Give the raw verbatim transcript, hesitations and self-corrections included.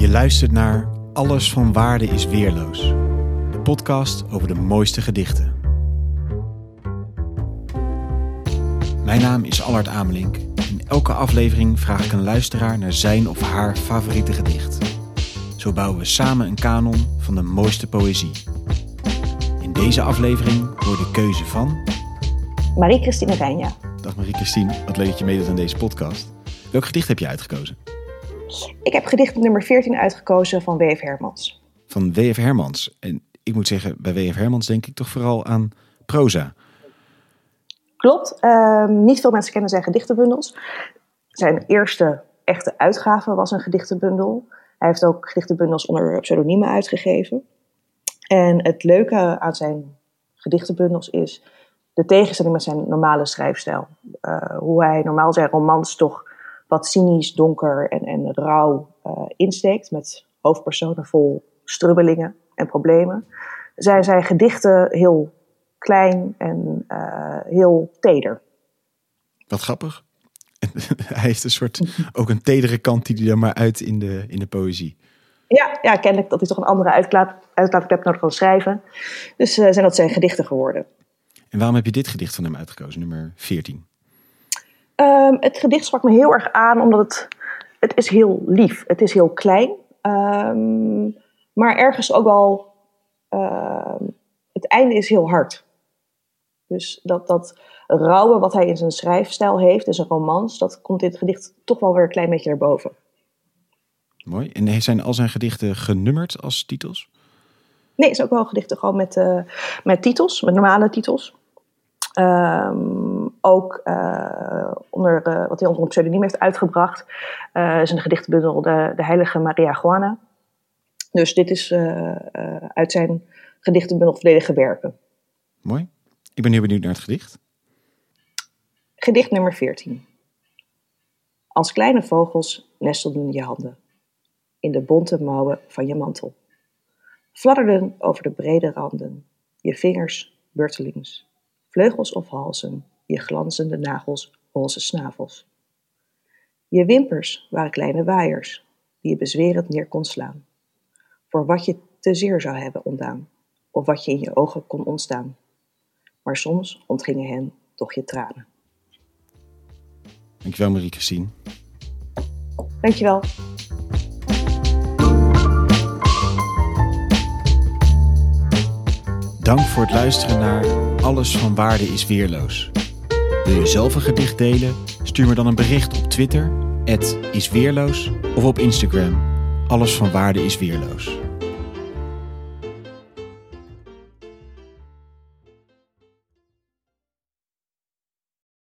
Je luistert naar Alles van waarde is weerloos. De podcast over de mooiste gedichten. Mijn naam is Allard Amelink. In elke aflevering vraag ik een luisteraar naar zijn of haar favoriete gedicht. Zo bouwen we samen een kanon van de mooiste poëzie. In deze aflevering hoor de keuze van... Marie-Christine Rijnja. Dag Marie-Christine, wat leuk dat je meedoet aan deze podcast. Welk gedicht heb je uitgekozen? Ik heb gedicht nummer veertien uitgekozen van W F Hermans. Van W F Hermans. En ik moet zeggen, bij W F Hermans denk ik toch vooral aan proza. Klopt. Uh, niet veel mensen kennen zijn gedichtenbundels. Zijn eerste echte uitgave was een gedichtenbundel. Hij heeft ook gedichtenbundels onder pseudoniemen uitgegeven. En het leuke aan zijn gedichtenbundels is de tegenstelling met zijn normale schrijfstijl. Uh, hoe hij normaal zijn romans toch wat cynisch, donker en, en rauw uh, insteekt. Met hoofdpersonen vol strubbelingen en problemen. Zijn zijn gedichten heel klein en uh, heel teder. Wat grappig. Hij heeft een soort, ook een tedere kant die hij dan maar uit in de, in de poëzie. Ja, ja, kennelijk dat hij toch een andere uitlaat, uitlaatklep nodig kan schrijven. Dus uh, zijn dat zijn gedichten geworden. En waarom heb je dit gedicht van hem uitgekozen, nummer veertien? Um, het gedicht sprak me heel erg aan, omdat het, het is heel lief. Het is heel klein. Um, maar ergens ook wel... Uh, het einde is heel hard. Dus dat, dat rauwe wat hij in zijn schrijfstijl heeft, in zijn romans, dat komt in het gedicht toch wel weer een klein beetje erboven. Mooi. En zijn al zijn gedichten genummerd als titels? Nee, het is ook wel gedichten gewoon met, uh, met titels, met normale titels. Um, ook uh, onder, uh, wat hij onder een pseudoniem heeft uitgebracht, uh, is een gedichtenbundel de, de Heilige Maria Juana. Dus dit is uh, uh, uit zijn gedichtenbundel Volledige Werken. Mooi. Ik ben heel benieuwd naar het gedicht. Gedicht nummer veertien. Als kleine vogels nestelden je handen in de bonte mouwen van je mantel. Fladderden over de brede randen je vingers beurtelings. Vleugels of halzen, je glanzende nagels, roze snavels. Je wimpers waren kleine waaiers die je bezwerend neer kon slaan. Voor wat je te zeer zou hebben ontdaan, of wat je in je ogen kon ontstaan. Maar soms ontgingen hen toch je tranen. Dankjewel Marie-Christine. Dankjewel. Dank voor het luisteren naar Alles van waarde is weerloos. Wil je zelf een gedicht delen? Stuur me dan een bericht op Twitter, at isweerloos, of op Instagram, Alles van waarde is weerloos.